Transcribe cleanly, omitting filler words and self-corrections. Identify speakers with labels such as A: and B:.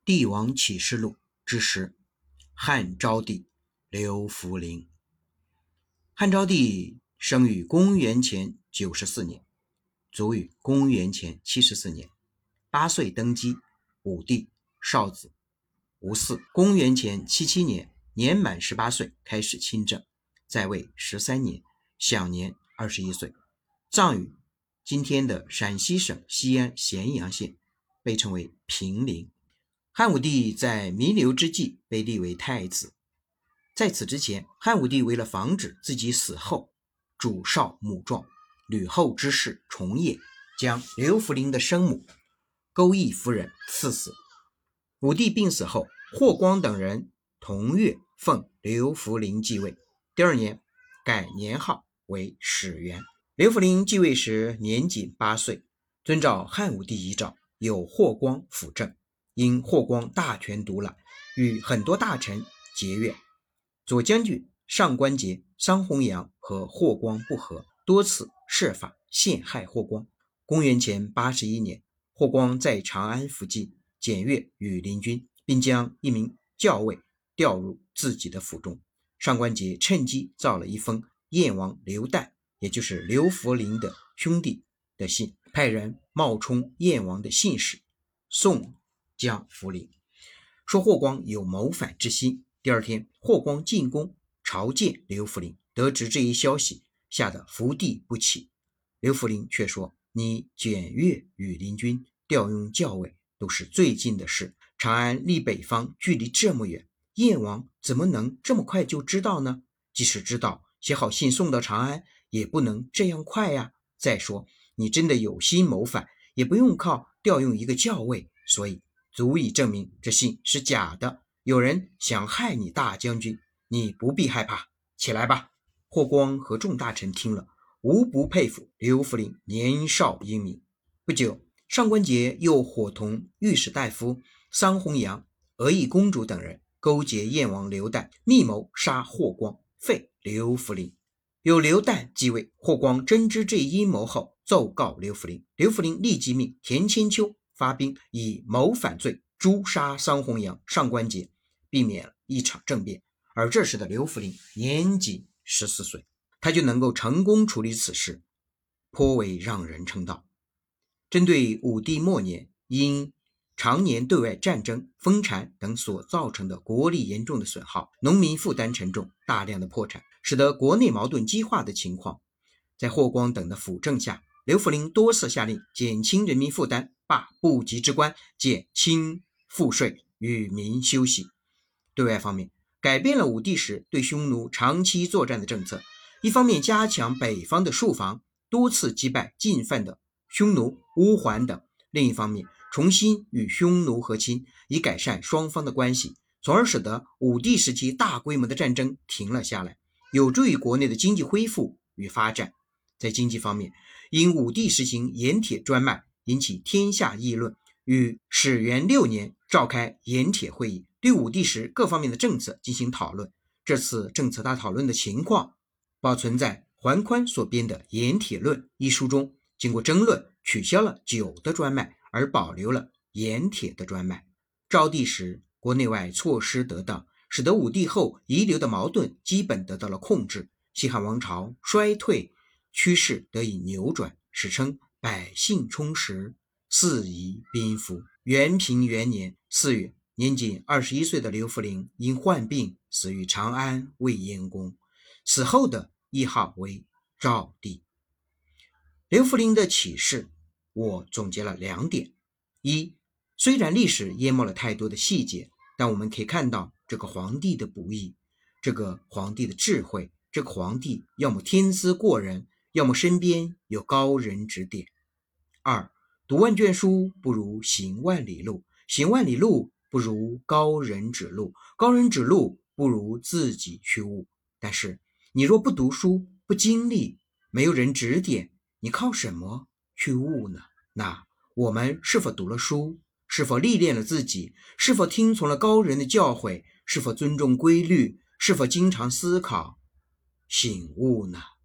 A: 帝王启示录之10，汉昭帝刘弗陵。汉昭帝生于公元前94年，卒于公元前74年，8岁登基，武帝，少子，无嗣。公元前77年，年满18岁开始亲政，在位13年，享年21岁，葬于今天的陕西省西安咸阳县，被称为平陵。汉武帝在弥留之际被立为太子。在此之前，汉武帝为了防止自己死后主少母壮，吕后之事重演，将刘弗陵的生母钩弋夫人赐死。武帝病死后，霍光等人同月奉刘弗陵继位，第2年改年号为始元。刘弗陵继位时年仅8岁，遵照汉武帝遗诏，由霍光辅政。因霍光大权独揽，与很多大臣结怨，左将军上官桀、桑弘羊和霍光不和，多次设法陷害霍光。公元前81年，霍光在长安附近检阅羽林军，并将一名校尉调入自己的府中。上官桀趁机造了一封燕王刘旦，也就是刘弗陵的兄弟的信，派人冒充燕王的信使送将弗陵，说霍光有谋反之心。第2天，霍光进宫朝见刘弗陵，得知这一消息，吓得伏地不起。刘弗陵却说：你检阅羽林军，调用校尉，都是最近的事，长安离北方距离这么远，燕王怎么能这么快就知道呢？即使知道，写好信送到长安也不能这样快呀。再说你真的有心谋反，也不用靠调用一个校尉，所以足以证明这信是假的，有人想害你大将军，你不必害怕，起来吧。霍光和众大臣听了，无不佩服刘弗陵年少英明。不久，上官桀又伙同御史大夫桑弘羊、俄懿公主等人勾结燕王刘旦，密谋杀霍光，废刘弗陵。有刘旦继位，霍光真知这一阴谋后，奏告刘弗陵，刘弗陵立即命田千秋发兵以谋反罪诛杀桑弘羊、上官桀，避免了一场政变。而这时的刘弗陵年仅14岁，他就能够成功处理此事，颇为让人称道。针对武帝末年因常年对外战争、封禅等所造成的国力严重的损耗，农民负担沉重，大量的破产，使得国内矛盾激化的情况，在霍光等的辅政下，刘弗陵多次下令减轻人民负担，罢部级之官，减轻赋税，与民休息。对外方面，改变了武帝时对匈奴长期作战的政策，一方面加强北方的戍防，多次击败进犯的匈奴、乌桓等；另一方面，重新与匈奴和亲，以改善双方的关系，从而使得武帝时期大规模的战争停了下来，有助于国内的经济恢复与发展。在经济方面，因武帝实行盐铁专卖，引起天下议论，于始元6年召开盐铁会议，对武帝时各方面的政策进行讨论。这次政策大讨论的情况保存在桓宽所编的《盐铁论》一书中，经过争论，取消了酒的专卖，而保留了盐铁的专卖。昭帝时，国内外措施得当，使得武帝后遗留的矛盾基本得到了控制，西汉王朝衰退趋势得以扭转，史称百姓充实，四夷宾服。元平元年4月，年仅21岁的刘弗陵因患病死于长安未燕宫，死后的谥号为昭帝。刘弗陵的启示我总结了2点：一，虽然历史淹没了太多的细节，但我们可以看到这个皇帝的不易，这个皇帝的智慧，这个皇帝要么天资过人，要么身边有高人指点。2，读万卷书不如行万里路，行万里路不如高人指路，高人指路不如自己去悟。但是你若不读书，不经历，没有人指点，你靠什么去悟呢？那我们是否读了书？是否历练了自己？是否听从了高人的教诲？是否尊重规律？是否经常思考醒悟呢？